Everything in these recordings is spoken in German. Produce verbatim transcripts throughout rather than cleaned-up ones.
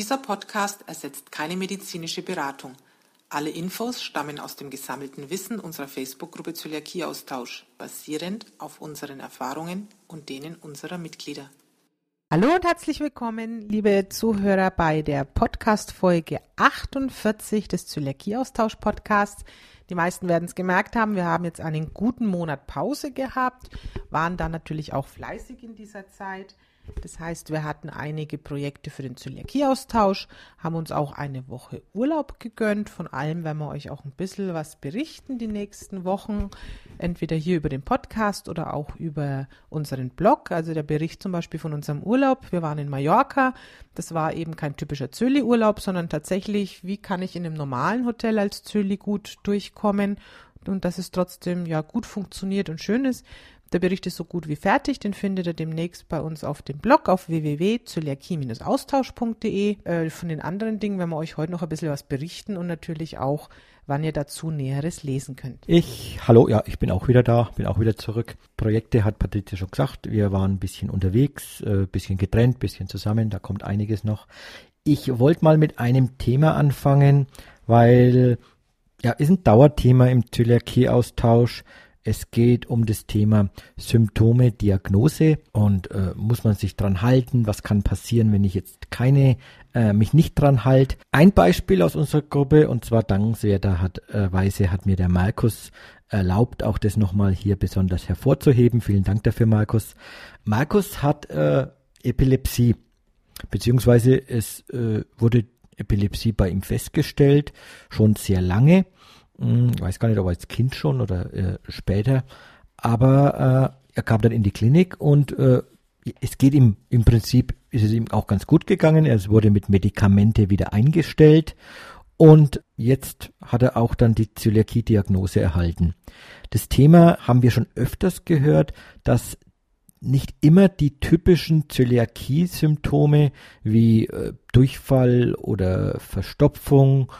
Dieser Podcast ersetzt keine medizinische Beratung. Alle Infos stammen aus dem gesammelten Wissen unserer Facebook-Gruppe Zöliakie-Austausch, basierend auf unseren Erfahrungen und denen unserer Mitglieder. Hallo und herzlich willkommen, liebe Zuhörer, bei der Podcast-Folge achtundvierzig des Zöliakie-Austausch-Podcasts. Die meisten werden es gemerkt haben, wir haben jetzt einen guten Monat Pause gehabt, waren dann natürlich auch fleißig in dieser Zeit. Das heißt, wir hatten einige Projekte für den Zöliakie-Austausch, haben uns auch eine Woche Urlaub gegönnt. Von allem werden wir euch auch ein bisschen was berichten die nächsten Wochen, entweder hier über den Podcast oder auch über unseren Blog. Also der Bericht zum Beispiel von unserem Urlaub. Wir waren in Mallorca. Das war eben kein typischer Zöli-Urlaub, sondern tatsächlich, wie kann ich in einem normalen Hotel als Zöli gut durchkommen und dass es trotzdem ja gut funktioniert und schön ist. Der Bericht ist so gut wie fertig, den findet ihr demnächst bei uns auf dem Blog auf w w w punkt zöliakie Bindestrich austausch punkt d e. Äh, von den anderen Dingen werden wir euch heute noch ein bisschen was berichten und natürlich auch, wann ihr dazu Näheres lesen könnt. Ich, hallo, ja, ich bin auch wieder da, bin auch wieder zurück. Projekte hat Patricia schon gesagt, wir waren ein bisschen unterwegs, ein äh, bisschen getrennt, ein bisschen zusammen, da kommt einiges noch. Ich wollte mal mit einem Thema anfangen, weil, ja, ist ein Dauerthema im Zöliakie-Austausch. Es geht um das Thema Symptome, Diagnose und äh, muss man sich dran halten? Was kann passieren, wenn ich jetzt keine, äh, mich nicht dran halte? Ein Beispiel aus unserer Gruppe, und zwar dankenswerterweise äh, hat mir der Markus erlaubt, auch das nochmal hier besonders hervorzuheben. Vielen Dank dafür, Markus. Markus hat äh, Epilepsie, beziehungsweise es äh, wurde Epilepsie bei ihm festgestellt, schon sehr lange. Ich weiß gar nicht, ob als Kind schon oder äh, später, aber äh, er kam dann in die Klinik und äh, es geht ihm, im Prinzip ist es ihm auch ganz gut gegangen, er wurde mit Medikamente wieder eingestellt und jetzt hat er auch dann die Zöliakie-Diagnose erhalten. Das Thema haben wir schon öfters gehört, dass nicht immer die typischen Zöliakie-Symptome wie äh, Durchfall oder Verstopfung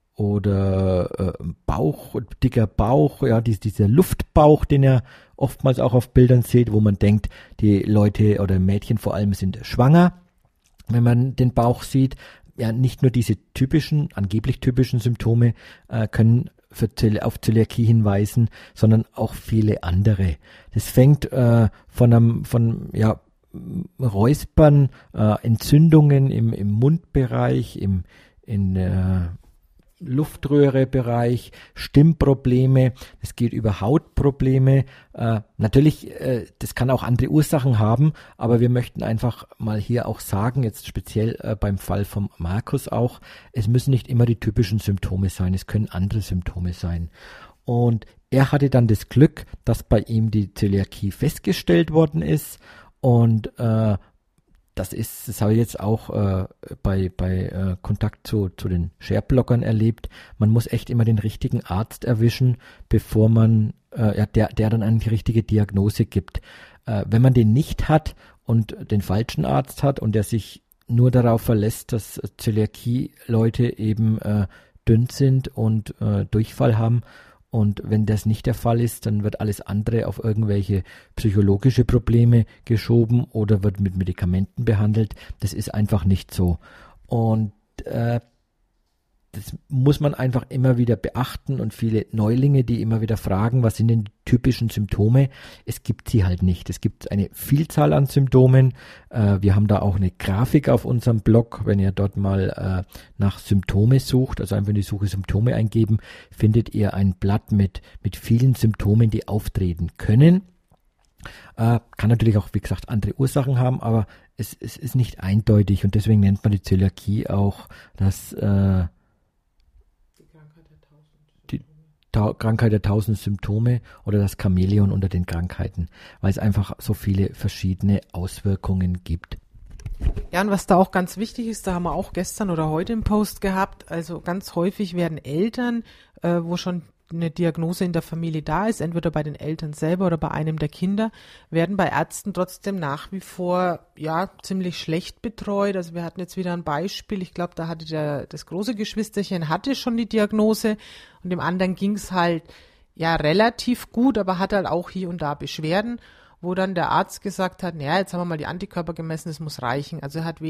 oder äh, Bauch, dicker Bauch, ja, dies, dieser Luftbauch, den ihr oftmals auch auf Bildern seht, wo man denkt, die Leute oder Mädchen vor allem sind schwanger, wenn man den Bauch sieht. Ja, nicht nur diese typischen, angeblich typischen Symptome äh, können für Zöli- auf Zöliakie hinweisen, sondern auch viele andere. Das fängt äh, von einem, von, ja, Räuspern, äh, Entzündungen im, im Mundbereich, im, in der Luftröhrebereich, Stimmprobleme, es geht über Hautprobleme. Äh, natürlich, äh, das kann auch andere Ursachen haben, aber wir möchten einfach mal hier auch sagen, jetzt speziell äh, beim Fall von Markus auch, es müssen nicht immer die typischen Symptome sein, es können andere Symptome sein. Und er hatte dann das Glück, dass bei ihm die Zöliakie festgestellt worden ist und äh, Das ist, das habe ich jetzt auch äh, bei, bei äh, Kontakt zu, zu den Share-Bloggern erlebt. Man muss echt immer den richtigen Arzt erwischen, bevor man, äh, ja, der, der dann eine richtige Diagnose gibt. Äh, wenn man den nicht hat und den falschen Arzt hat und der sich nur darauf verlässt, dass Zöliakie-Leute eben äh, dünn sind und äh, Durchfall haben, und wenn das nicht der Fall ist, dann wird alles andere auf irgendwelche psychologische Probleme geschoben oder wird mit Medikamenten behandelt. Das ist einfach nicht so. Und äh, das muss man einfach immer wieder beachten und viele Neulinge, die immer wieder fragen, was sind denn die typischen Symptome? Es gibt sie halt nicht. Es gibt eine Vielzahl an Symptomen. Äh, wir haben da auch eine Grafik auf unserem Blog. Wenn ihr dort mal äh, nach Symptome sucht, also einfach in die Suche Symptome eingeben, findet ihr ein Blatt mit, mit vielen Symptomen, die auftreten können. Äh, kann natürlich auch, wie gesagt, andere Ursachen haben, aber es, es ist nicht eindeutig und deswegen nennt man die Zöliakie auch das äh, Ta- Krankheit der tausend Symptome oder das Chamäleon unter den Krankheiten, weil es einfach so viele verschiedene Auswirkungen gibt. Ja, und was da auch ganz wichtig ist, da haben wir auch gestern oder heute im Post gehabt, also ganz häufig werden Eltern, äh, wo schon eine Diagnose in der Familie da ist, entweder bei den Eltern selber oder bei einem der Kinder, werden bei Ärzten trotzdem nach wie vor ja ziemlich schlecht betreut. Also wir hatten jetzt wieder ein Beispiel, ich glaube, da hatte der das große Geschwisterchen hatte schon die Diagnose und dem anderen ging es halt ja relativ gut, aber hat halt auch hier und da Beschwerden, wo dann der Arzt gesagt hat, naja, jetzt haben wir mal die Antikörper gemessen, es muss reichen. Also er hat weder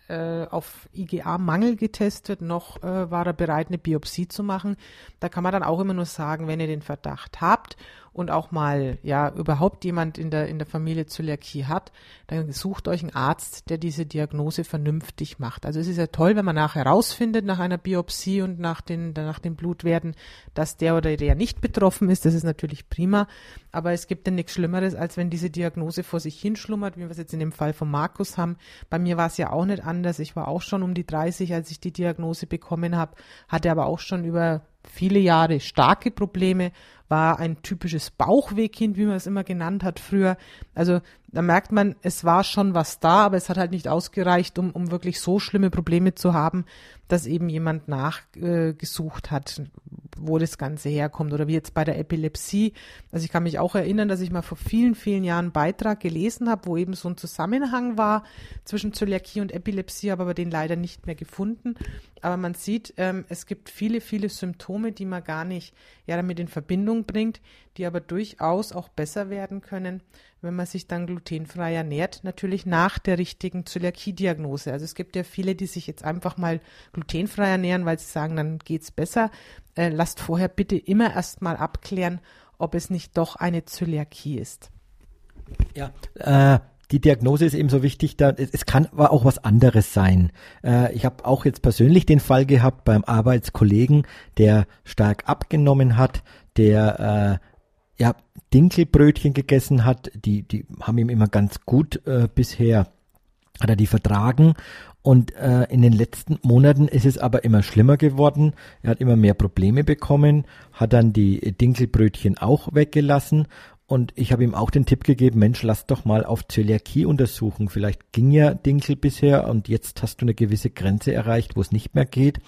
äh, auf I G A-Mangel getestet, noch äh, war er bereit, eine Biopsie zu machen. Da kann man dann auch immer nur sagen, wenn ihr den Verdacht habt und auch mal ja überhaupt jemand in der in der Familie Zöliakie hat, dann sucht euch einen Arzt, der diese Diagnose vernünftig macht. Also es ist ja toll, wenn man nachher herausfindet nach einer Biopsie und nach den nach den Blutwerten, dass der oder der nicht betroffen ist. Das ist natürlich prima, aber es gibt ja nichts Schlimmeres, als wenn diese Diagnose vor sich hinschlummert, wie wir es jetzt in dem Fall von Markus haben. Bei mir war es ja auch nicht anders. Ich war auch schon um die dreißig, als ich die Diagnose bekommen habe, hatte aber auch schon über viele Jahre starke Probleme, war ein typisches Bauchwehkind, wie man es immer genannt hat früher. Also da merkt man, es war schon was da, aber es hat halt nicht ausgereicht, um, um wirklich so schlimme Probleme zu haben, dass eben jemand nachgesucht äh, hat, wo das Ganze herkommt. Oder wie jetzt bei der Epilepsie. Also ich kann mich auch erinnern, dass ich mal vor vielen, vielen Jahren einen Beitrag gelesen habe, wo eben so ein Zusammenhang war zwischen Zöliakie und Epilepsie, habe aber den leider nicht mehr gefunden. Aber man sieht, ähm, es gibt viele, viele Symptome, die man gar nicht ja, damit in Verbindung bringt, die aber durchaus auch besser werden können, wenn man sich dann glutenfrei ernährt, natürlich nach der richtigen Zöliakie-Diagnose. Also es gibt ja viele, die sich jetzt einfach mal glutenfrei ernähren, weil sie sagen, dann geht's besser. Äh, lasst vorher bitte immer erst mal abklären, ob es nicht doch eine Zöliakie ist. Ja, äh, die Diagnose ist eben so wichtig, da, es, es kann aber auch was anderes sein. Äh, ich habe auch jetzt persönlich den Fall gehabt beim Arbeitskollegen, der stark abgenommen hat, der äh, ja, Dinkelbrötchen gegessen hat, die, die haben ihm immer ganz gut äh, bisher, hat er die vertragen und äh, in den letzten Monaten ist es aber immer schlimmer geworden, er hat immer mehr Probleme bekommen, hat dann die Dinkelbrötchen auch weggelassen und ich habe ihm auch den Tipp gegeben, Mensch, lass doch mal auf Zöliakie untersuchen, vielleicht ging ja Dinkel bisher und jetzt hast du eine gewisse Grenze erreicht, wo es nicht mehr geht.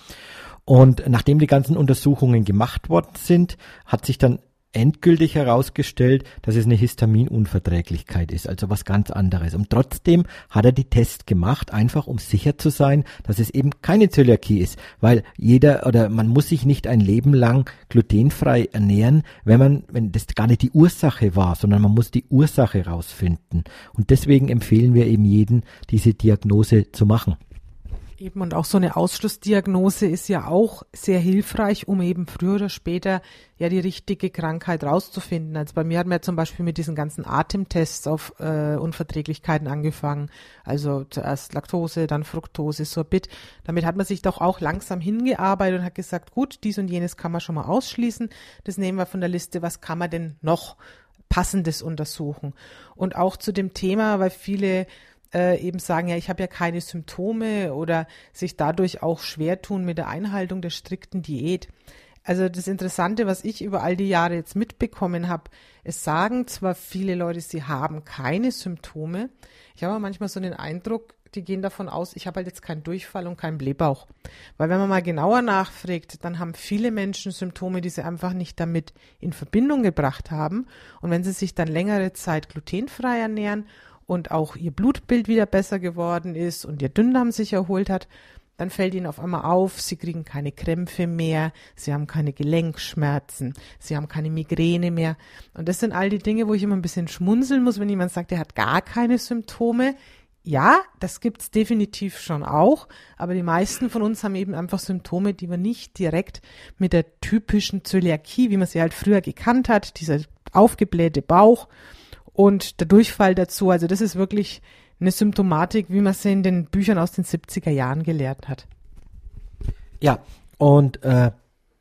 Und nachdem die ganzen Untersuchungen gemacht worden sind, hat sich dann endgültig herausgestellt, dass es eine Histaminunverträglichkeit ist, also was ganz anderes. Und trotzdem hat er die Tests gemacht, einfach um sicher zu sein, dass es eben keine Zöliakie ist, weil jeder oder man muss sich nicht ein Leben lang glutenfrei ernähren, wenn man, wenn das gar nicht die Ursache war, sondern man muss die Ursache rausfinden. Und deswegen empfehlen wir eben jeden, diese Diagnose zu machen. Eben, und auch so eine Ausschlussdiagnose ist ja auch sehr hilfreich, um eben früher oder später ja die richtige Krankheit rauszufinden. Also bei mir hat man ja zum Beispiel mit diesen ganzen Atemtests auf äh, Unverträglichkeiten angefangen. Also zuerst Laktose, dann Fructose, Sorbit. Damit hat man sich doch auch langsam hingearbeitet und hat gesagt, gut, dies und jenes kann man schon mal ausschließen. Das nehmen wir von der Liste. Was kann man denn noch Passendes untersuchen? Und auch zu dem Thema, weil viele Äh, eben sagen, ja, ich habe ja keine Symptome oder sich dadurch auch schwer tun mit der Einhaltung der strikten Diät. Also das Interessante, was ich über all die Jahre jetzt mitbekommen habe, es sagen zwar viele Leute, sie haben keine Symptome, ich habe aber manchmal so den Eindruck, die gehen davon aus, ich habe halt jetzt keinen Durchfall und keinen Blähbauch. Weil wenn man mal genauer nachfragt, dann haben viele Menschen Symptome, die sie einfach nicht damit in Verbindung gebracht haben. Und wenn sie sich dann längere Zeit glutenfrei ernähren und auch ihr Blutbild wieder besser geworden ist und ihr Dünndarm sich erholt hat, dann fällt ihnen auf einmal auf, sie kriegen keine Krämpfe mehr, sie haben keine Gelenkschmerzen, sie haben keine Migräne mehr. Und das sind all die Dinge, wo ich immer ein bisschen schmunzeln muss, wenn jemand sagt, er hat gar keine Symptome. Ja, das gibt's definitiv schon auch, aber die meisten von uns haben eben einfach Symptome, die man nicht direkt mit der typischen Zöliakie, wie man sie halt früher gekannt hat, dieser aufgeblähte Bauch, und der Durchfall dazu, also das ist wirklich eine Symptomatik, wie man sie in den Büchern aus den siebziger Jahren gelehrt hat. Ja, und äh,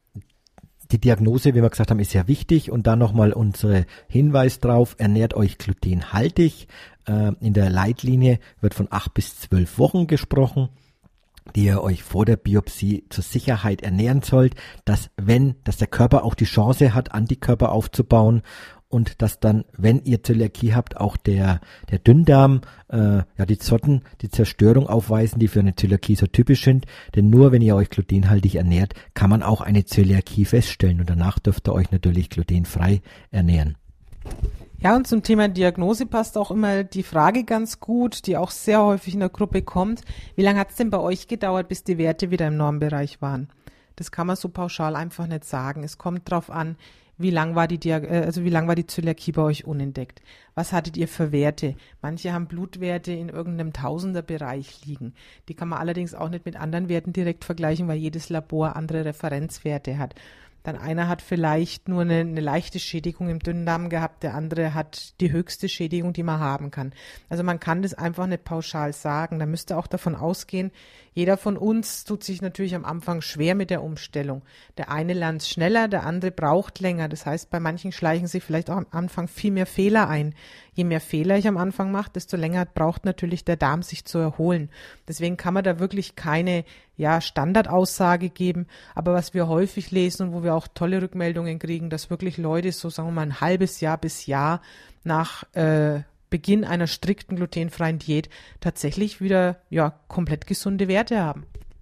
die Diagnose, wie wir gesagt haben, ist sehr wichtig. Und dann nochmal unser Hinweis drauf, ernährt euch glutenhaltig. Äh, in der Leitlinie wird von acht bis zwölf Wochen gesprochen, die ihr euch vor der Biopsie zur Sicherheit ernähren sollt, dass wenn, dass der Körper auch die Chance hat, Antikörper aufzubauen. Und dass dann, wenn ihr Zöliakie habt, auch der der Dünndarm, äh, ja die Zotten, die Zerstörung aufweisen, die für eine Zöliakie so typisch sind. Denn nur wenn ihr euch glutenhaltig ernährt, kann man auch eine Zöliakie feststellen. Und danach dürft ihr euch natürlich glutenfrei ernähren. Ja, und zum Thema Diagnose passt auch immer die Frage ganz gut, die auch sehr häufig in der Gruppe kommt. Wie lange hat es denn bei euch gedauert, bis die Werte wieder im Normbereich waren? Das kann man so pauschal einfach nicht sagen. Es kommt drauf an, wie lang war die Diag- also wie lang war die Zöliakie bei euch unentdeckt? Was hattet ihr für Werte? Manche haben Blutwerte in irgendeinem Tausenderbereich liegen. Die kann man allerdings auch nicht mit anderen Werten direkt vergleichen, weil jedes Labor andere Referenzwerte hat. Dann einer hat vielleicht nur eine, eine leichte Schädigung im Dünndarm gehabt, der andere hat die höchste Schädigung, die man haben kann. Also man kann das einfach nicht pauschal sagen. Da müsste auch davon ausgehen, jeder von uns tut sich natürlich am Anfang schwer mit der Umstellung. Der eine lernt schneller, der andere braucht länger. Das heißt, bei manchen schleichen sich vielleicht auch am Anfang viel mehr Fehler ein. Je mehr Fehler ich am Anfang mache, desto länger braucht natürlich der Darm, sich zu erholen. Deswegen kann man da wirklich keine ja, Standardaussage geben. Aber was wir häufig lesen und wo wir auch tolle Rückmeldungen kriegen, dass wirklich Leute so, sagen wir mal, ein halbes Jahr bis Jahr nach äh, Beginn einer strikten glutenfreien Diät tatsächlich wieder ja komplett gesunde Werte haben.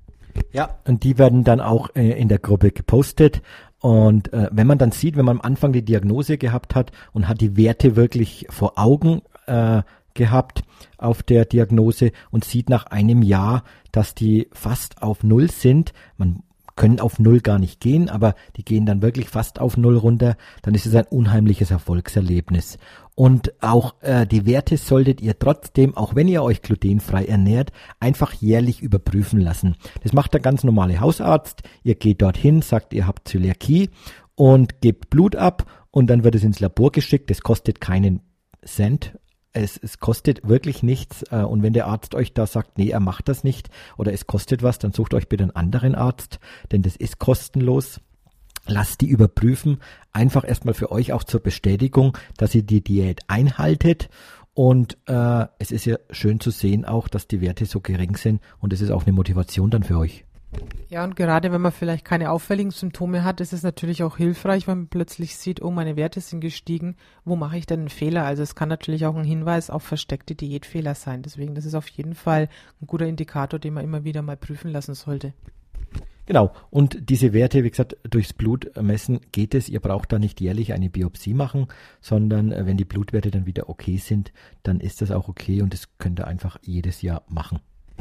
Ja, und die werden dann auch äh, in der Gruppe gepostet. Und äh, wenn man dann sieht, wenn man am Anfang die Diagnose gehabt hat und hat die Werte wirklich vor Augen äh, gehabt auf der Diagnose und sieht nach einem Jahr, dass die fast auf Null sind, man können auf Null gar nicht gehen, aber die gehen dann wirklich fast auf Null runter, dann ist es ein unheimliches Erfolgserlebnis. Und auch äh, die Werte solltet ihr trotzdem, auch wenn ihr euch glutenfrei ernährt, einfach jährlich überprüfen lassen. Das macht der ganz normale Hausarzt. Ihr geht dorthin, sagt, ihr habt Zöliakie und gebt Blut ab und dann wird es ins Labor geschickt. Das kostet keinen Cent. Es, es kostet wirklich nichts und wenn der Arzt euch da sagt, nee, er macht das nicht oder es kostet was, dann sucht euch bitte einen anderen Arzt, denn das ist kostenlos. Lasst die überprüfen, einfach erstmal für euch auch zur Bestätigung, dass ihr die Diät einhaltet und äh, es ist ja schön zu sehen auch, dass die Werte so gering sind und es ist auch eine Motivation dann für euch. Ja, und gerade wenn man vielleicht keine auffälligen Symptome hat, ist es natürlich auch hilfreich, wenn man plötzlich sieht, oh, meine Werte sind gestiegen, wo mache ich denn einen Fehler? Also es kann natürlich auch ein Hinweis auf versteckte Diätfehler sein. Deswegen, das ist auf jeden Fall ein guter Indikator, den man immer wieder mal prüfen lassen sollte. Genau, und diese Werte, wie gesagt, durchs Blut messen geht es. Ihr braucht da nicht jährlich eine Biopsie machen, sondern wenn die Blutwerte dann wieder okay sind, dann ist das auch okay und das könnt ihr einfach jedes Jahr machen.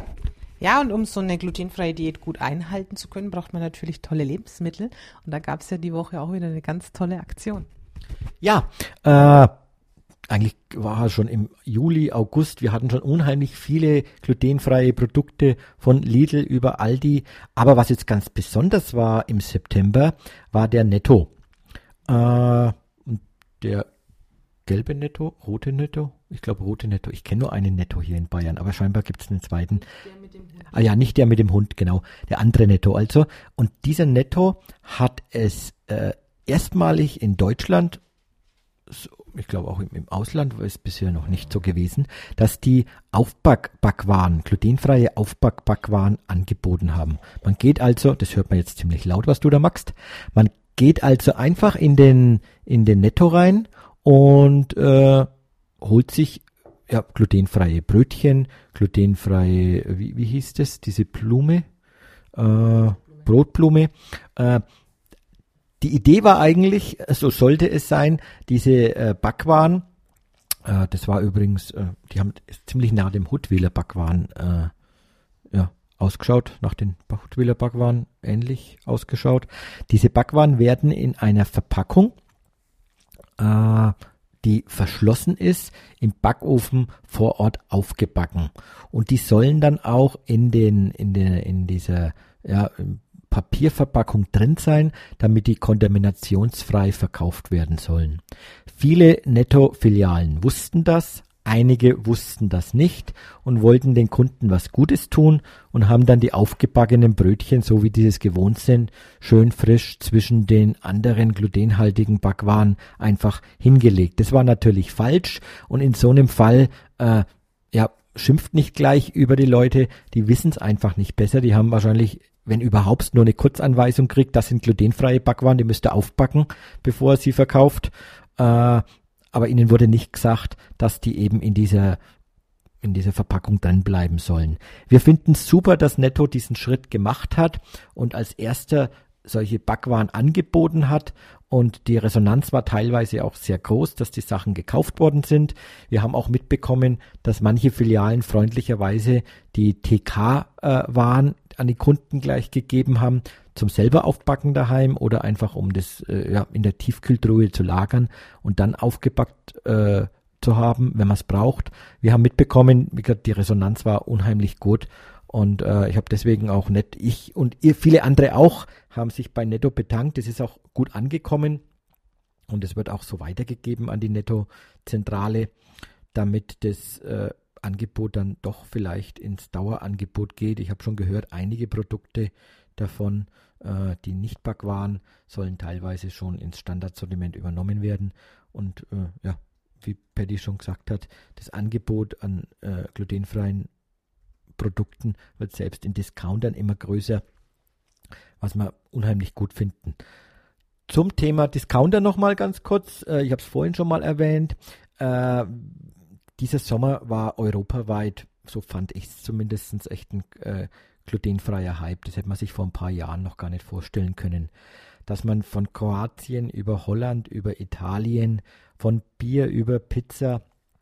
Ja, und um so eine glutenfreie Diät gut einhalten zu können, braucht man natürlich tolle Lebensmittel. Und da gab es ja die Woche auch wieder eine ganz tolle Aktion. Ja, äh, eigentlich war es schon im Juli, August, wir hatten schon unheimlich viele glutenfreie Produkte von Lidl über Aldi. Aber was jetzt ganz besonders war im September, war der Netto. Äh, der gelbe Netto, rote Netto, ich glaube rote Netto. Ich kenne nur einen Netto hier in Bayern, aber scheinbar gibt es einen zweiten. Der mit dem Hund. Ah ja, nicht der mit dem Hund, genau. Der andere Netto also. Und dieser Netto hat es äh, erstmalig in Deutschland, so, ich glaube auch im, im Ausland war es bisher noch nicht so gewesen, dass die Aufbackbackwaren, glutenfreie Aufbackbackwaren angeboten haben. Man geht also, das hört man jetzt ziemlich laut, was du da machst, man geht also einfach in den, in den Netto rein und äh, holt sich ja, glutenfreie Brötchen, glutenfreie, wie, wie hieß das, diese Blume, äh, Brotblume. Äh, die Idee war eigentlich, so sollte es sein, diese äh, Backwaren, äh, das war übrigens, äh, die haben ziemlich nah dem Huttwiler Backwaren äh, ja, ausgeschaut, nach den Huttwiler Backwaren ähnlich ausgeschaut. Diese Backwaren werden in einer Verpackung äh, die verschlossen ist, im Backofen vor Ort aufgebacken. Und die sollen dann auch in den, in der, in dieser, ja, Papierverpackung drin sein, damit die kontaminationsfrei verkauft werden sollen. Viele Netto-Filialen wussten das, einige wussten das nicht und wollten den Kunden was Gutes tun und haben dann die aufgebackenen Brötchen, so wie die es gewohnt sind, schön frisch zwischen den anderen glutenhaltigen Backwaren einfach hingelegt. Das war natürlich falsch und in so einem Fall, äh, ja, schimpft nicht gleich über die Leute, die wissen es einfach nicht besser, die haben wahrscheinlich, wenn überhaupt, nur eine Kurzanweisung kriegt, das sind glutenfreie Backwaren, die müsst ihr aufbacken, bevor ihr sie verkauft. Äh, aber ihnen wurde nicht gesagt, dass die eben in dieser, in dieser Verpackung drin bleiben sollen. Wir finden es super, dass Netto diesen Schritt gemacht hat und als erster solche Backwaren angeboten hat und die Resonanz war teilweise auch sehr groß, dass die Sachen gekauft worden sind. Wir haben auch mitbekommen, dass manche Filialen freundlicherweise die T K-Waren, nicht an die Kunden gleich gegeben haben, zum selber aufbacken daheim oder einfach um das äh, ja, in der Tiefkühltruhe zu lagern und dann aufgebackt äh, zu haben, wenn man es braucht. Wir haben mitbekommen, wie gesagt, die Resonanz war unheimlich gut und äh, ich habe deswegen auch nicht, ich und ihr, viele andere auch, haben sich bei Netto bedankt. Das ist auch gut angekommen und es wird auch so weitergegeben an die Netto-Zentrale, damit das äh, Angebot dann doch vielleicht ins Dauerangebot geht. Ich habe schon gehört, einige Produkte davon, äh, die nicht Backwaren, sollen teilweise schon ins Standardsortiment übernommen werden und äh, ja, wie Patty schon gesagt hat, das Angebot an äh, glutenfreien Produkten wird selbst in Discountern immer größer, was wir unheimlich gut finden. Zum Thema Discounter nochmal ganz kurz. Äh, ich habe es vorhin schon mal erwähnt. Äh, dieser Sommer war europaweit, so fand ich es zumindest, echt ein äh, glutenfreier Hype. Das hätte man sich vor ein paar Jahren noch gar nicht vorstellen können. Dass man von Kroatien über Holland, über Italien, von Bier über Pizza,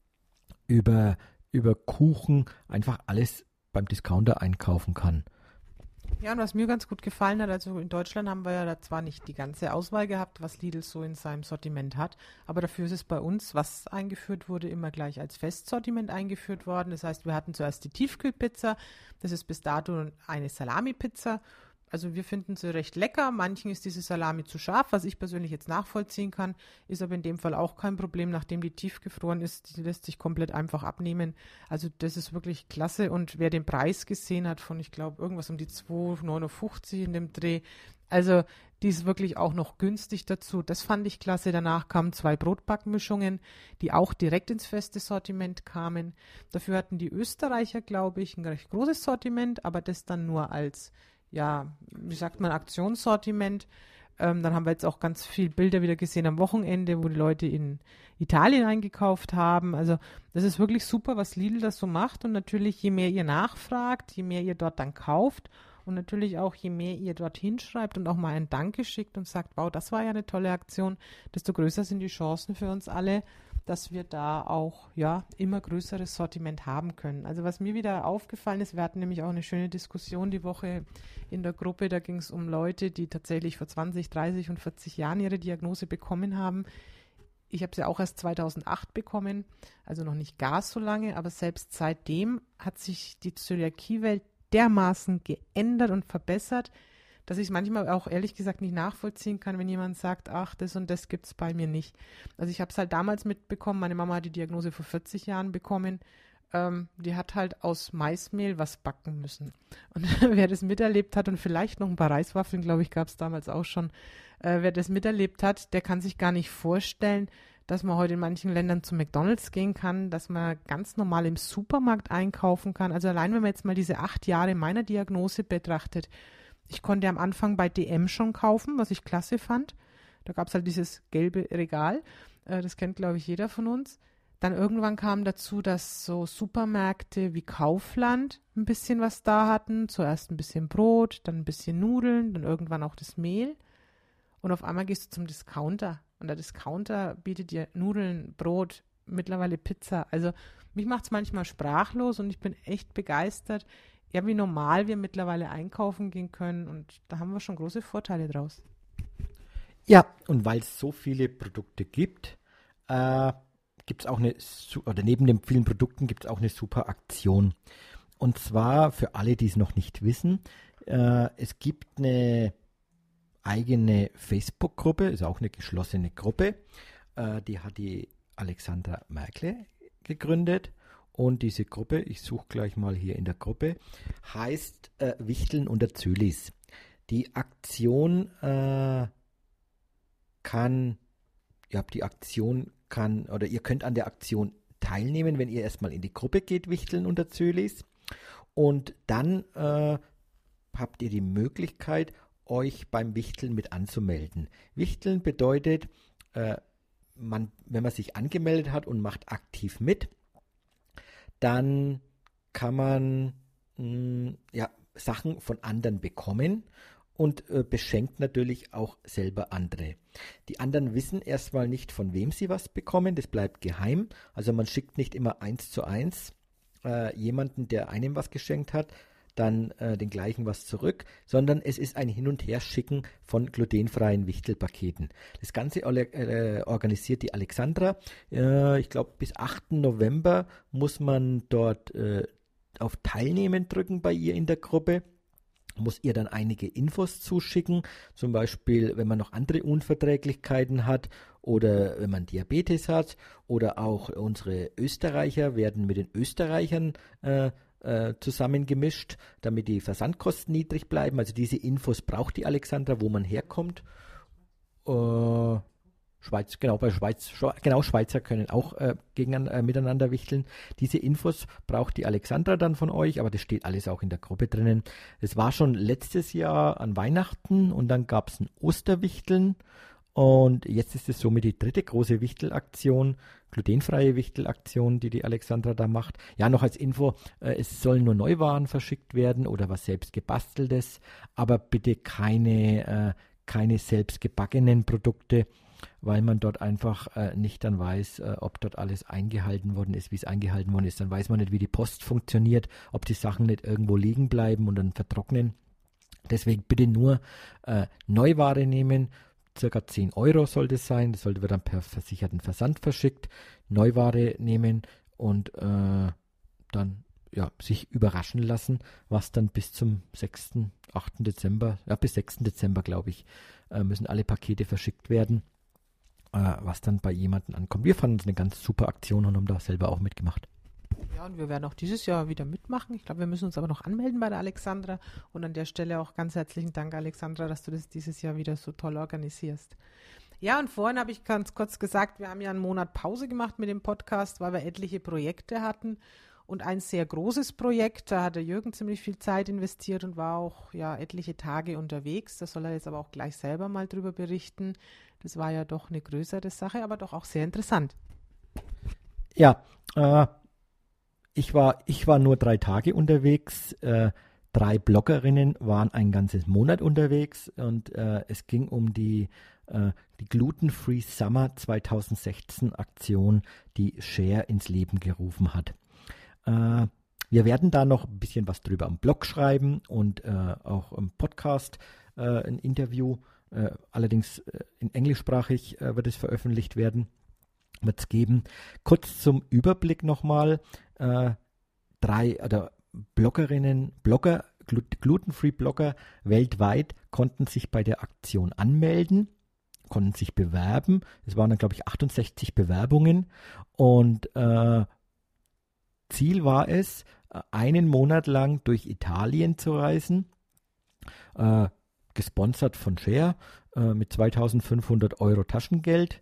über, über Kuchen, einfach alles beim Discounter einkaufen kann. Ja, und was mir ganz gut gefallen hat, also in Deutschland haben wir ja da zwar nicht die ganze Auswahl gehabt, was Lidl so in seinem Sortiment hat, aber dafür ist es bei uns, was eingeführt wurde, immer gleich als Festsortiment eingeführt worden. Das heißt, wir hatten zuerst die Tiefkühlpizza, das ist bis dato eine Salami-Pizza. Also wir finden sie recht lecker. Manchen ist diese Salami zu scharf, was ich persönlich jetzt nachvollziehen kann, ist aber in dem Fall auch kein Problem, nachdem die tiefgefroren ist, die lässt sich komplett einfach abnehmen. Also das ist wirklich klasse und wer den Preis gesehen hat von, ich glaube, irgendwas um die zwei neunundfünfzig in dem Dreh, also die ist wirklich auch noch günstig dazu. Das fand ich klasse. Danach kamen zwei Brotbackmischungen, die auch direkt ins feste Sortiment kamen. Dafür hatten die Österreicher, glaube ich, ein recht großes Sortiment, aber das dann nur als ja, wie sagt man, Aktionssortiment. Ähm, dann haben wir jetzt auch ganz viele Bilder wieder gesehen am Wochenende, wo die Leute in Italien eingekauft haben. Also das ist wirklich super, was Lidl das so macht. Und natürlich, je mehr ihr nachfragt, je mehr ihr dort dann kauft und natürlich auch, je mehr ihr dort hinschreibt und auch mal ein Danke schickt und sagt, wow, das war ja eine tolle Aktion, desto größer sind die Chancen für uns alle, dass wir da auch ja immer größeres Sortiment haben können. Also was mir wieder aufgefallen ist, wir hatten nämlich auch eine schöne Diskussion die Woche in der Gruppe, da ging es um Leute, die tatsächlich vor zwanzig, dreißig und vierzig Jahren ihre Diagnose bekommen haben. Ich habe sie auch erst zweitausendacht bekommen, also noch nicht gar so lange, aber selbst seitdem hat sich die Zöliakiewelt dermaßen geändert und verbessert, dass ich es manchmal auch ehrlich gesagt nicht nachvollziehen kann, wenn jemand sagt, ach, das und das gibt es bei mir nicht. Also ich habe es halt damals mitbekommen, meine Mama hat die Diagnose vor vierzig Jahren bekommen, ähm, die hat halt aus Maismehl was backen müssen. Und wer das miterlebt hat und vielleicht noch ein paar Reiswaffeln, glaube ich, gab es damals auch schon, äh, wer das miterlebt hat, der kann sich gar nicht vorstellen, dass man heute in manchen Ländern zu McDonald's gehen kann, dass man ganz normal im Supermarkt einkaufen kann. Also allein, wenn man jetzt mal diese acht Jahre meiner Diagnose betrachtet, ich konnte am Anfang bei D M schon kaufen, was ich klasse fand. Da gab es halt dieses gelbe Regal. Äh, das kennt, glaube ich, jeder von uns. Dann irgendwann kam dazu, dass so Supermärkte wie Kaufland ein bisschen was da hatten. Zuerst ein bisschen Brot, dann ein bisschen Nudeln, dann irgendwann auch das Mehl. Und auf einmal gehst du zum Discounter. Und der Discounter bietet dir Nudeln, Brot, mittlerweile Pizza. Also mich macht es manchmal sprachlos und ich bin echt begeistert, ja, wie normal wir mittlerweile einkaufen gehen können und da haben wir schon große Vorteile draus. Ja, und weil es so viele Produkte gibt, äh, gibt es auch eine, oder neben den vielen Produkten gibt es auch eine super Aktion. Und zwar für alle, die es noch nicht wissen, äh, es gibt eine eigene Facebook-Gruppe, ist auch eine geschlossene Gruppe, äh, die hat die Alexandra Merkle gegründet. Und diese Gruppe, ich suche gleich mal hier in der Gruppe, heißt äh, Wichteln unter Zölis. Die Aktion äh, kann, ja, die Aktion kann, oder ihr könnt an der Aktion teilnehmen, wenn ihr erstmal in die Gruppe geht, Wichteln unter Zölis. Und dann äh, habt ihr die Möglichkeit, euch beim Wichteln mit anzumelden. Wichteln bedeutet, äh, man, wenn man sich angemeldet hat und macht aktiv mit, dann kann man mh, ja, Sachen von anderen bekommen und äh, beschenkt natürlich auch selber andere. Die anderen wissen erstmal nicht, von wem sie was bekommen, das bleibt geheim. Also man schickt nicht immer eins zu eins äh, jemanden, der einem was geschenkt hat. dann äh, den gleichen was zurück, sondern es ist ein Hin- und Herschicken von glutenfreien Wichtelpaketen. Das Ganze äh, organisiert die Alexandra. Äh, ich glaube, bis achten November muss man dort äh, auf Teilnehmen drücken bei ihr in der Gruppe. Muss ihr dann einige Infos zuschicken, zum Beispiel, wenn man noch andere Unverträglichkeiten hat oder wenn man Diabetes hat, oder auch unsere Österreicher werden mit den Österreichern äh, äh, zusammengemischt, damit die Versandkosten niedrig bleiben. Also diese Infos braucht die Alexandra, wo man herkommt. Äh, Schweiz, genau, bei Schweiz, genau, Schweizer können auch äh, gegen, äh, miteinander wichteln. Diese Infos braucht die Alexandra dann von euch, aber das steht alles auch in der Gruppe drinnen. Es war schon letztes Jahr an Weihnachten und dann gab es ein Osterwichteln und jetzt ist es somit die dritte große Wichtelaktion, glutenfreie Wichtelaktion, die die Alexandra da macht. Ja, noch als Info, äh, es sollen nur Neuwaren verschickt werden oder was selbst gebasteltes, aber bitte keine, äh, keine selbst gebackenen Produkte, weil man dort einfach äh, nicht dann weiß, äh, ob dort alles eingehalten worden ist, wie es eingehalten worden ist. Dann weiß man nicht, wie die Post funktioniert, ob die Sachen nicht irgendwo liegen bleiben und dann vertrocknen. Deswegen bitte nur äh, Neuware nehmen, circa zehn Euro sollte es sein, das sollte dann per versicherten Versand verschickt. Neuware nehmen und äh, dann ja, sich überraschen lassen, was dann bis zum sechsten, achten Dezember, ja bis sechsten Dezember, glaube ich, äh, müssen alle Pakete verschickt werden, was dann bei jemandem ankommt. Wir fanden es eine ganz super Aktion und haben da selber auch mitgemacht. Ja, und wir werden auch dieses Jahr wieder mitmachen. Ich glaube, wir müssen uns aber noch anmelden bei der Alexandra. Und an der Stelle auch ganz herzlichen Dank, Alexandra, dass du das dieses Jahr wieder so toll organisierst. Ja, und vorhin habe ich ganz kurz gesagt, wir haben ja einen Monat Pause gemacht mit dem Podcast, weil wir etliche Projekte hatten. Und ein sehr großes Projekt, da hat der Jürgen ziemlich viel Zeit investiert und war auch ja etliche Tage unterwegs. Da soll er jetzt aber auch gleich selber mal drüber berichten. Das war ja doch eine größere Sache, aber doch auch sehr interessant. Ja, äh, ich war, ich war nur drei Tage unterwegs. Äh, drei Bloggerinnen waren ein ganzes Monat unterwegs und äh, es ging um die, äh, die Gluten-Free Summer zwanzig sechzehn Aktion, die Share ins Leben gerufen hat. Äh, wir werden da noch ein bisschen was drüber am Blog schreiben und äh, auch im Podcast äh, ein Interview, äh, allerdings äh, in englischsprachig äh, wird es veröffentlicht werden, wird es geben. Kurz zum Überblick nochmal, äh, drei oder Bloggerinnen, Blogger, Gluten-Free-Blogger weltweit konnten sich bei der Aktion anmelden, konnten sich bewerben. Es waren dann, glaube ich, achtundsechzig Bewerbungen und äh, Ziel war es, einen Monat lang durch Italien zu reisen, äh, gesponsert von Share äh, mit zweitausendfünfhundert Euro Taschengeld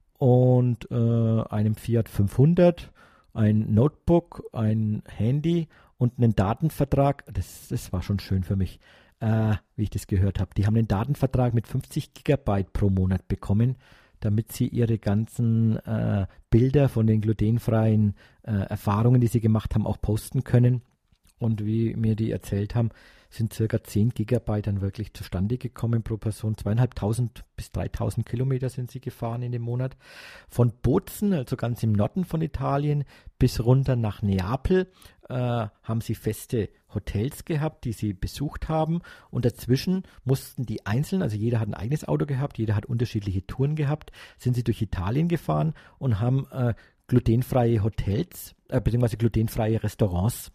und äh, einem Fiat fünfhundert, ein Notebook, ein Handy und einen Datenvertrag. Das, das war schon schön für mich, äh, wie ich das gehört habe. Die haben einen Datenvertrag mit fünfzig Gigabyte pro Monat bekommen, damit sie ihre ganzen äh, Bilder von den glutenfreien äh, Erfahrungen, die sie gemacht haben, auch posten können. Und wie mir die erzählt haben, sind circa zehn Gigabyte dann wirklich zustande gekommen pro Person. Zweieinhalbtausend bis dreitausend Kilometer sind sie gefahren in dem Monat. Von Bozen, also ganz im Norden von Italien, bis runter nach Neapel äh, haben sie feste Hotels gehabt, die sie besucht haben. Und dazwischen mussten die einzeln, also jeder hat ein eigenes Auto gehabt, jeder hat unterschiedliche Touren gehabt, sind sie durch Italien gefahren und haben äh, glutenfreie Hotels, äh, beziehungsweise glutenfreie Restaurants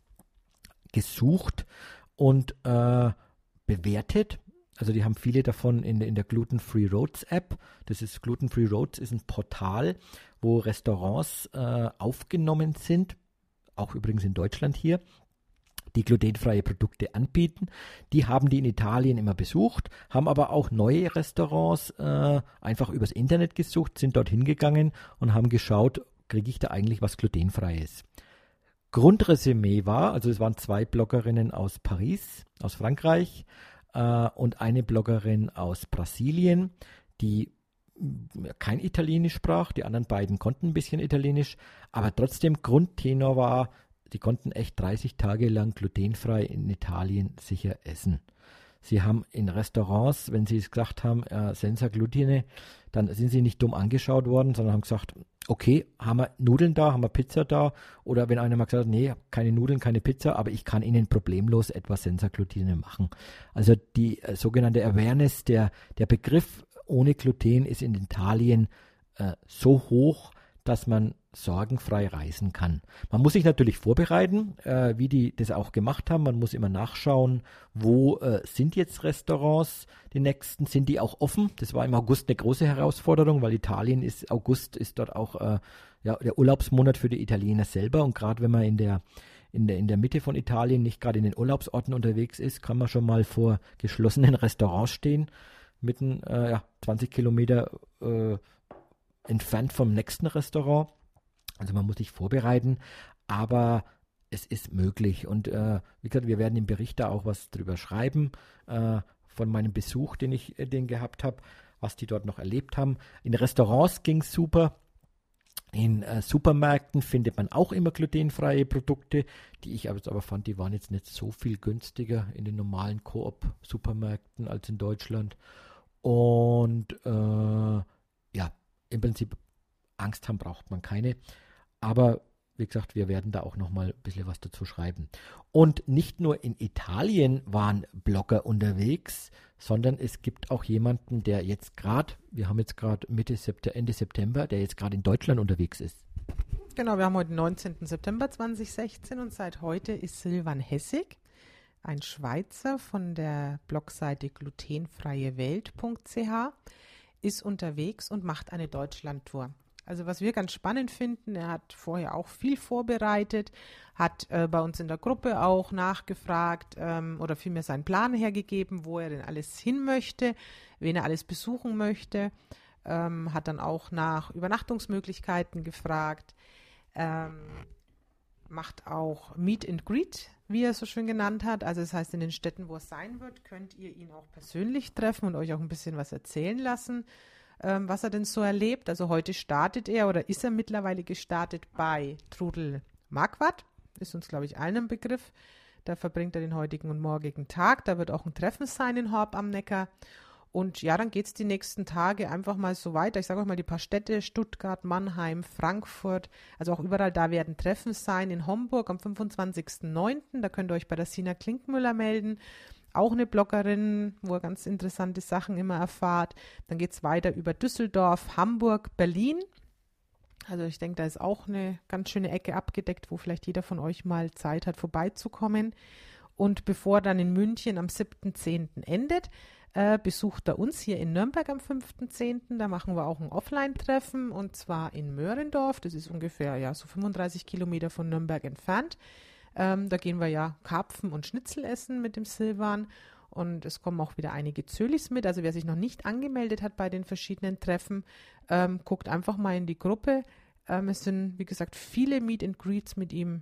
gesucht und äh, bewertet. Also die haben viele davon in, in der Gluten-Free Roads App. Das ist Gluten-Free Roads ist ein Portal, wo Restaurants äh, aufgenommen sind, auch übrigens in Deutschland hier, die glutenfreie Produkte anbieten. Die haben die in Italien immer besucht, haben aber auch neue Restaurants äh, einfach übers Internet gesucht, sind dort hingegangen und haben geschaut, kriege ich da eigentlich was Glutenfreies. Grundresümee war, also es waren zwei Bloggerinnen aus Paris, aus Frankreich äh, und eine Bloggerin aus Brasilien, die kein Italienisch sprach, die anderen beiden konnten ein bisschen Italienisch, aber trotzdem Grundtenor war, die konnten echt dreißig Tage lang glutenfrei in Italien sicher essen. Sie haben in Restaurants, wenn sie es gesagt haben, äh, senza glutine, dann sind sie nicht dumm angeschaut worden, sondern haben gesagt, okay, haben wir Nudeln da, haben wir Pizza da? Oder wenn einer mal gesagt hat, nee, keine Nudeln, keine Pizza, aber ich kann Ihnen problemlos etwas Senza-Glutine machen. Also die äh, sogenannte Awareness, der, der Begriff ohne Gluten ist in Italien äh, so hoch, dass man sorgenfrei reisen kann. Man muss sich natürlich vorbereiten, äh, wie die das auch gemacht haben. Man muss immer nachschauen, wo äh, sind jetzt Restaurants, die nächsten, sind die auch offen? Das war im August eine große Herausforderung, weil Italien ist, August ist dort auch äh, ja, der Urlaubsmonat für die Italiener selber. Und gerade wenn man in der, in der in der Mitte von Italien, nicht gerade in den Urlaubsorten unterwegs ist, kann man schon mal vor geschlossenen Restaurants stehen, mitten äh, ja, zwanzig Kilometer äh, entfernt vom nächsten Restaurant. Also man muss sich vorbereiten, aber es ist möglich. Und äh, wie gesagt, wir werden im Bericht da auch was drüber schreiben, äh, von meinem Besuch, den ich äh, den gehabt habe, was die dort noch erlebt haben. In Restaurants ging es super. In äh, Supermärkten findet man auch immer glutenfreie Produkte, die ich aber, aber fand, die waren jetzt nicht so viel günstiger in den normalen Coop-Supermärkten als in Deutschland. Und äh, ja, im Prinzip Angst haben braucht man keine. Aber wie gesagt, wir werden da auch nochmal ein bisschen was dazu schreiben. Und nicht nur in Italien waren Blogger unterwegs, sondern es gibt auch jemanden, der jetzt gerade, wir haben jetzt gerade Mitte September, Ende September, der jetzt gerade in Deutschland unterwegs ist. Genau, wir haben heute den neunzehnten September zweitausendsechzehn und seit heute ist Silvan Hessig, ein Schweizer von der Blogseite glutenfreiewelt punkt c h, ist unterwegs und macht eine Deutschlandtour. Also was wir ganz spannend finden, er hat vorher auch viel vorbereitet, hat äh, bei uns in der Gruppe auch nachgefragt ähm, oder vielmehr seinen Plan hergegeben, wo er denn alles hin möchte, wen er alles besuchen möchte, ähm, hat dann auch nach Übernachtungsmöglichkeiten gefragt, ähm, macht auch Meet and Greet, wie er es so schön genannt hat. Also das heißt, in den Städten, wo es sein wird, könnt ihr ihn auch persönlich treffen und euch auch ein bisschen was erzählen lassen, ähm, was er denn so erlebt. Also heute startet er oder ist er mittlerweile gestartet bei Trudel Marquardt, ist uns, glaube ich, allen ein Begriff. Da verbringt er den heutigen und morgigen Tag. Da wird auch ein Treffen sein in Horb am Neckar. Und ja, dann geht es die nächsten Tage einfach mal so weiter. Ich sage euch mal die paar Städte, Stuttgart, Mannheim, Frankfurt, also auch überall da werden Treffen sein. In Homburg am fünfundzwanzigsten neunten Da könnt ihr euch bei der Sina Klinkmüller melden. Auch eine Bloggerin, wo ihr ganz interessante Sachen immer erfahrt. Dann geht es weiter über Düsseldorf, Hamburg, Berlin. Also ich denke, da ist auch eine ganz schöne Ecke abgedeckt, wo vielleicht jeder von euch mal Zeit hat, vorbeizukommen. Und bevor dann in München am siebten zehnten endet, äh, besucht er uns hier in Nürnberg am fünften zehnten Da machen wir auch ein Offline-Treffen und zwar in Möhrendorf. Das ist ungefähr ja so fünfunddreißig Kilometer von Nürnberg entfernt. Ähm, da gehen wir ja Karpfen und Schnitzel essen mit dem Silvan. Und es kommen auch wieder einige Zölis mit. Also wer sich noch nicht angemeldet hat bei den verschiedenen Treffen, ähm, guckt einfach mal in die Gruppe. Ähm, es sind, wie gesagt, viele Meet and Greets mit ihm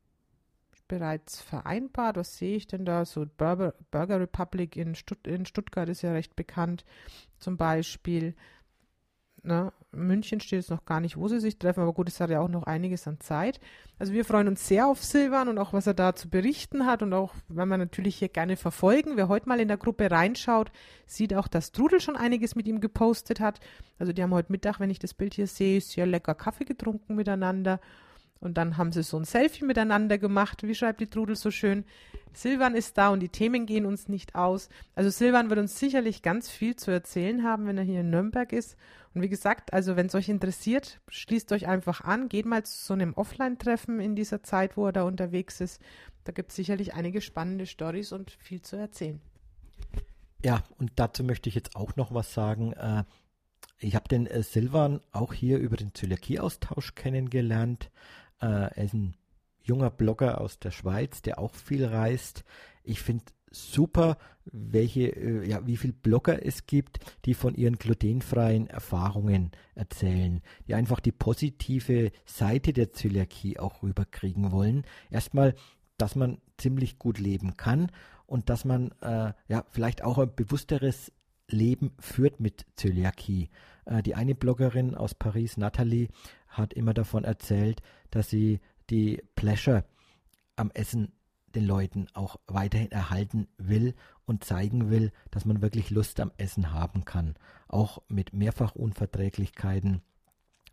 bereits vereinbart. Was sehe ich denn da? So Burger, Burger Republic in, Stutt- in Stuttgart ist ja recht bekannt. Zum Beispiel, ne, München steht jetzt noch gar nicht, wo sie sich treffen, aber gut, es hat ja auch noch einiges an Zeit. Also wir freuen uns sehr auf Silvan und auch, was er da zu berichten hat und auch, wenn wir natürlich hier gerne verfolgen. Wer heute mal in der Gruppe reinschaut, sieht auch, dass Trudel schon einiges mit ihm gepostet hat. Also die haben heute Mittag, wenn ich das Bild hier sehe, sehr lecker Kaffee getrunken miteinander. Und dann haben sie so ein Selfie miteinander gemacht. Wie schreibt die Trudel so schön? Silvan ist da und die Themen gehen uns nicht aus. Also Silvan wird uns sicherlich ganz viel zu erzählen haben, wenn er hier in Nürnberg ist. Und wie gesagt, also wenn es euch interessiert, schließt euch einfach an. Geht mal zu so einem Offline-Treffen in dieser Zeit, wo er da unterwegs ist. Da gibt es sicherlich einige spannende Storys und viel zu erzählen. Ja, und dazu möchte ich jetzt auch noch was sagen. Äh, ich habe den äh, Silvan auch hier über den Zöliakie-Austausch kennengelernt. Äh, er ist ein junger Blogger aus der Schweiz, der auch viel reist. Ich finde super, welche, äh, ja, wie viel Blogger es gibt, die von ihren glutenfreien Erfahrungen erzählen, die einfach die positive Seite der Zöliakie auch rüberkriegen wollen. Erstmal, dass man ziemlich gut leben kann und dass man äh, ja vielleicht auch ein bewussteres Leben führt mit Zöliakie. Äh, die eine Bloggerin aus Paris, Nathalie, hat immer davon erzählt, dass sie die Pleasure am Essen den Leuten auch weiterhin erhalten will und zeigen will, dass man wirklich Lust am Essen haben kann. Auch mit Mehrfachunverträglichkeiten,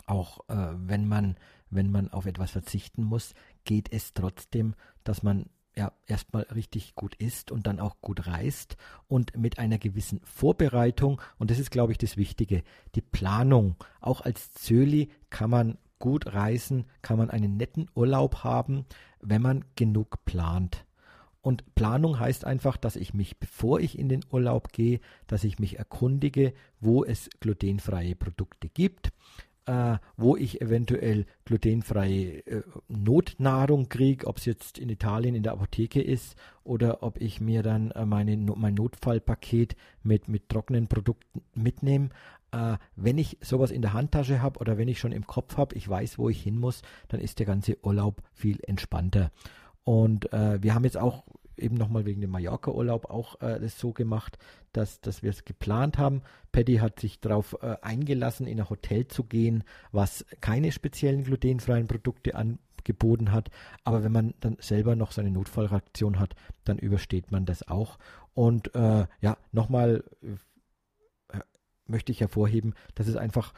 auch äh, wenn man, wenn man auf etwas verzichten muss, geht es trotzdem, dass man ja erstmal richtig gut isst und dann auch gut reist und mit einer gewissen Vorbereitung, und das ist, glaube ich, das Wichtige, die Planung. Auch als Zöli kann man gut reisen, kann man einen netten Urlaub haben, wenn man genug plant. Und Planung heißt einfach, dass ich mich, bevor ich in den Urlaub gehe, dass ich mich erkundige, wo es glutenfreie Produkte gibt, äh, wo ich eventuell glutenfreie äh, Notnahrung kriege, ob es jetzt in Italien in der Apotheke ist oder ob ich mir dann äh, meine, mein Notfallpaket mit, mit trockenen Produkten mitnehme. Äh, wenn ich sowas in der Handtasche habe oder wenn ich schon im Kopf habe, ich weiß, wo ich hin muss, dann ist der ganze Urlaub viel entspannter. Und äh, wir haben jetzt auch eben nochmal wegen dem Mallorca-Urlaub auch äh, das so gemacht, dass, dass wir es geplant haben. Paddy hat sich darauf äh, eingelassen, in ein Hotel zu gehen, was keine speziellen glutenfreien Produkte angeboten hat. Aber wenn man dann selber noch so eine Notfallreaktion hat, dann übersteht man das auch. Und äh, ja, nochmal äh, möchte ich hervorheben, dass es einfach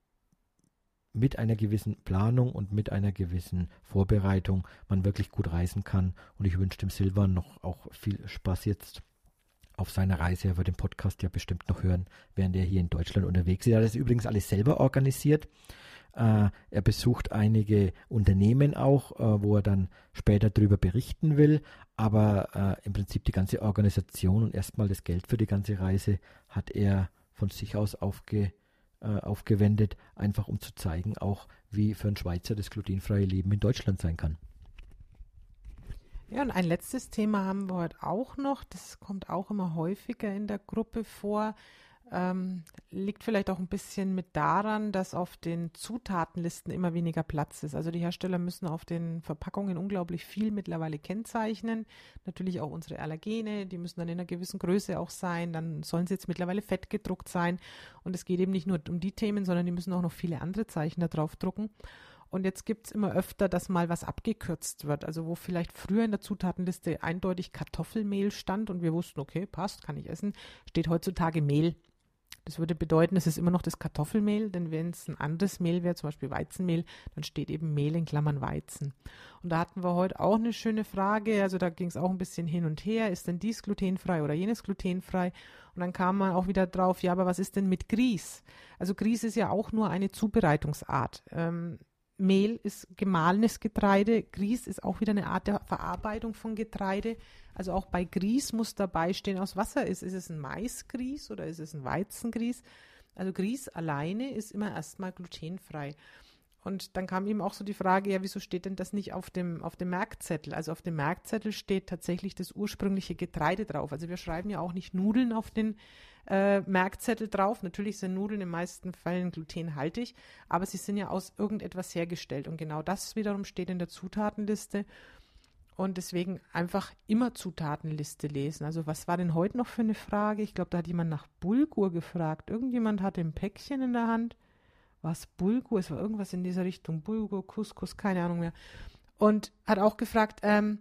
mit einer gewissen Planung und mit einer gewissen Vorbereitung man wirklich gut reisen kann. Und ich wünsche dem Silvan noch auch viel Spaß jetzt auf seiner Reise. Er wird den Podcast ja bestimmt noch hören, während er hier in Deutschland unterwegs ist. Er hat das übrigens alles selber organisiert. Äh, er besucht einige Unternehmen auch, äh, wo er dann später darüber berichten will. Aber äh, im Prinzip die ganze Organisation und erstmal das Geld für die ganze Reise hat er von sich aus aufge aufgewendet, einfach um zu zeigen, auch wie für einen Schweizer das glutenfreie Leben in Deutschland sein kann. Ja, und ein letztes Thema haben wir heute auch noch, das kommt auch immer häufiger in der Gruppe vor, ähm, liegt vielleicht auch ein bisschen mit daran, dass auf den Zutatenlisten immer weniger Platz ist. Also die Hersteller müssen auf den Verpackungen unglaublich viel mittlerweile kennzeichnen. Natürlich auch unsere Allergene, die müssen dann in einer gewissen Größe auch sein. Dann sollen sie jetzt mittlerweile fett gedruckt sein. Und es geht eben nicht nur um die Themen, sondern die müssen auch noch viele andere Zeichen da drauf drucken. Und jetzt gibt es immer öfter, dass mal was abgekürzt wird. Also wo vielleicht früher in der Zutatenliste eindeutig Kartoffelmehl stand und wir wussten, okay, passt, kann ich essen, steht heutzutage Mehl. Das würde bedeuten, es ist immer noch das Kartoffelmehl, denn wenn es ein anderes Mehl wäre, zum Beispiel Weizenmehl, dann steht eben Mehl in Klammern Weizen. Und da hatten wir heute auch eine schöne Frage, also da ging es auch ein bisschen hin und her, ist denn dies glutenfrei oder jenes glutenfrei? Und dann kam man auch wieder drauf, ja, aber was ist denn mit Grieß? Also Grieß ist ja auch nur eine Zubereitungsart. Ähm, Mehl ist gemahlenes Getreide, Grieß ist auch wieder eine Art der Verarbeitung von Getreide. Also auch bei Grieß muss dabei stehen, aus was er ist. Ist es ein Maisgrieß oder ist es ein Weizengrieß? Also Grieß alleine ist immer erstmal glutenfrei. Und dann kam eben auch so die Frage, ja, wieso steht denn das nicht auf dem, auf dem Merkzettel? Also auf dem Merkzettel steht tatsächlich das ursprüngliche Getreide drauf. Also wir schreiben ja auch nicht Nudeln auf den äh, Merkzettel drauf. Natürlich sind Nudeln in den meisten Fällen glutenhaltig, aber sie sind ja aus irgendetwas hergestellt. Und genau das wiederum steht in der Zutatenliste. Und deswegen einfach immer Zutatenliste lesen. Also was war denn heute noch für eine Frage? Ich glaube, da hat jemand nach Bulgur gefragt. Irgendjemand hatte ein Päckchen in der Hand. Was Bulgur? Es war irgendwas in dieser Richtung. Bulgur, Couscous, keine Ahnung mehr. Und hat auch gefragt, ähm,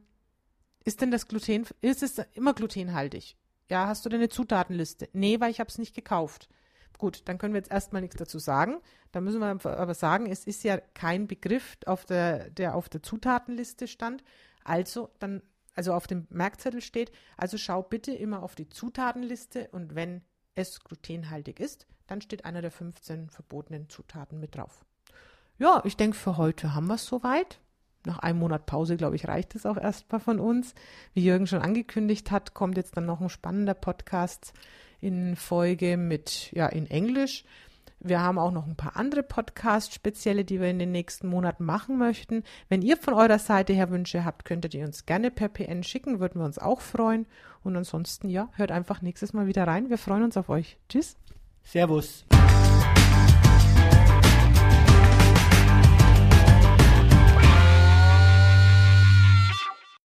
ist denn das Gluten, ist es immer glutenhaltig? Ja, hast du denn eine Zutatenliste? Nee, weil ich habe es nicht gekauft. Gut, dann können wir jetzt erstmal nichts dazu sagen. Da müssen wir aber sagen, es ist ja kein Begriff, auf der, der auf der Zutatenliste stand. Also dann, also auf dem Merkzettel steht, also schau bitte immer auf die Zutatenliste und wenn es glutenhaltig ist, dann steht einer der fünfzehn verbotenen Zutaten mit drauf. Ja, ich denke, für heute haben wir es soweit. Nach einem Monat Pause, glaube ich, reicht es auch erstmal von uns. Wie Jürgen schon angekündigt hat, kommt jetzt dann noch ein spannender Podcast in Folge mit, ja, in Englisch. Wir haben auch noch ein paar andere Podcasts, spezielle, die wir in den nächsten Monaten machen möchten. Wenn ihr von eurer Seite her Wünsche habt, könntet ihr uns gerne per P N schicken, würden wir uns auch freuen. Und ansonsten, ja, hört einfach nächstes Mal wieder rein. Wir freuen uns auf euch. Tschüss. Servus.